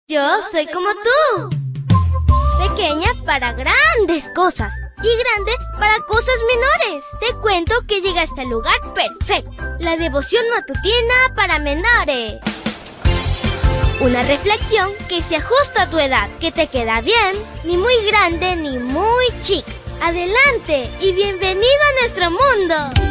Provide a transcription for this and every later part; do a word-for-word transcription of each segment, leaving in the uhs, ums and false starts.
Yo soy como tú. Pequeña para grandes cosas y grande para cosas menores. Te cuento que llegaste al lugar perfecto. La devoción matutina para menores. Una reflexión que se ajusta a tu edad, que te queda bien, ni muy grande ni muy chica. Adelante y bienvenido a nuestro mundo.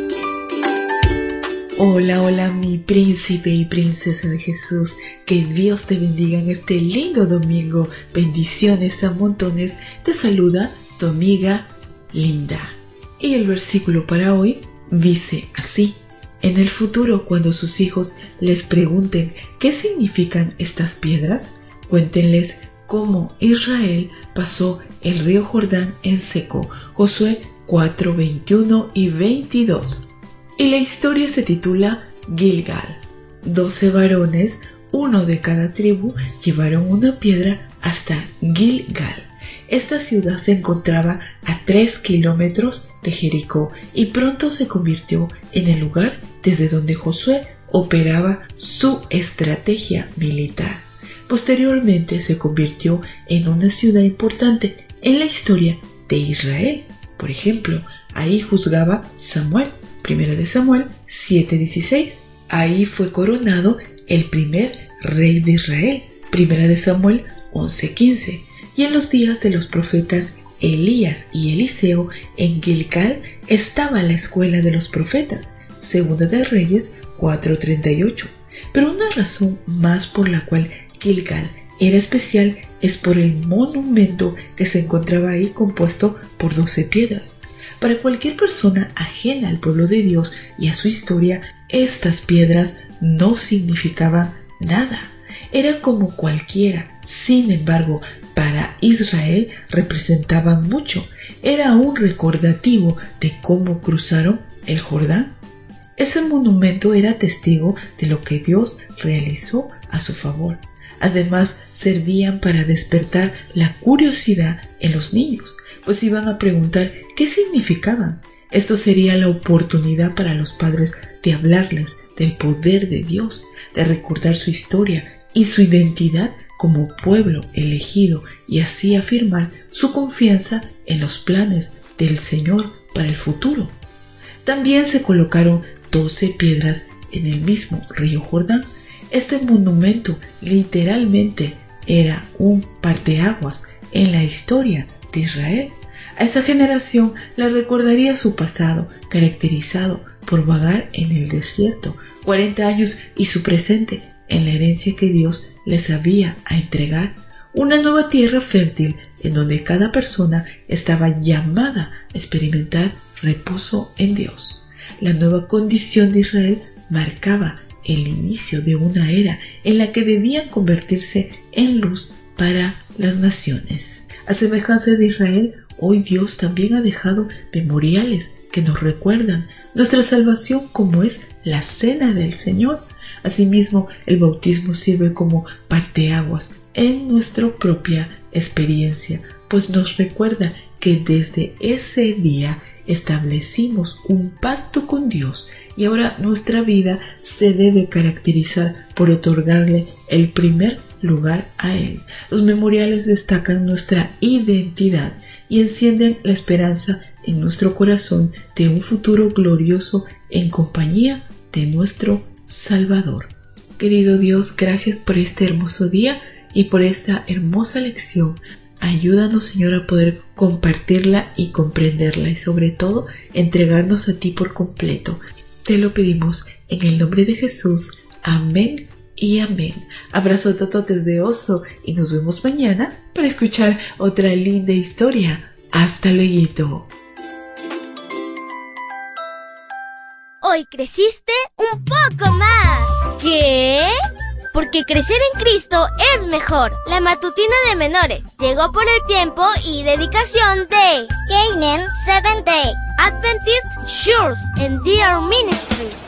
Hola, hola mi príncipe y princesa de Jesús, que Dios te bendiga en este lindo domingo, bendiciones a montones, te saluda tu amiga Linda. Y el versículo para hoy dice así: en el futuro, cuando sus hijos les pregunten qué significan estas piedras, cuéntenles cómo Israel pasó el río Jordán en seco. Josué cuatro, veintiuno y veintidós. Y la historia se titula Gilgal. Doce varones, uno de cada tribu, llevaron una piedra hasta Gilgal. Esta ciudad se encontraba a tres kilómetros de Jericó y pronto se convirtió en el lugar desde donde Josué operaba su estrategia militar. Posteriormente se convirtió en una ciudad importante en la historia de Israel. Por ejemplo, ahí juzgaba Samuel. Primera de Samuel siete dieciséis. Ahí fue coronado el primer rey de Israel. Primera de Samuel once quince. Y en los días de los profetas Elías y Eliseo, en Gilgal estaba la escuela de los profetas. Segunda de Reyes cuatro treinta y ocho. Pero una razón más por la cual Gilgal era especial es por el monumento que se encontraba ahí, compuesto por doce piedras. Para cualquier persona ajena al pueblo de Dios y a su historia, estas piedras no significaban nada. Era como cualquiera. Sin embargo, para Israel representaban mucho. Era un recordativo de cómo cruzaron el Jordán. Ese monumento era testigo de lo que Dios realizó a su favor. Además, servían para despertar la curiosidad en los niños, pues iban a preguntar qué significaban. Esto sería la oportunidad para los padres de hablarles del poder de Dios, de recordar su historia y su identidad como pueblo elegido, y así afirmar su confianza en los planes del Señor para el futuro. También se colocaron doce piedras en el mismo río Jordán. Este monumento literalmente era un parteaguas en la historia de Israel. A esa generación la recordaría su pasado, caracterizado por vagar en el desierto cuarenta años, y su presente en la herencia que Dios les había a entregar, una nueva tierra fértil en donde cada persona estaba llamada a experimentar reposo en Dios. La nueva condición de Israel marcaba el inicio de una era en la que debían convertirse en luz para las naciones. A semejanza de Israel, hoy Dios también ha dejado memoriales que nos recuerdan nuestra salvación, como es la cena del Señor. Asimismo, el bautismo sirve como parteaguas en nuestra propia experiencia, pues nos recuerda que desde ese día establecimos un pacto con Dios y ahora nuestra vida se debe caracterizar por otorgarle el primer lugar a Él. Los memoriales destacan nuestra identidad y encienden la esperanza en nuestro corazón de un futuro glorioso en compañía de nuestro Salvador. Querido Dios, gracias por este hermoso día y por esta hermosa lección. Ayúdanos, Señor, a poder compartirla y comprenderla, y sobre todo entregarnos a ti por completo. Te lo pedimos en el nombre de Jesús. Amén y amén. Abrazo tototes de oso y nos vemos mañana para escuchar otra linda historia. Hasta luego. Hoy creciste un poco más. ¿Qué? Porque crecer en Cristo es mejor. La matutina de menores llegó por el tiempo y dedicación de Canaan Seventh Day Adventist Church and Dear Ministry.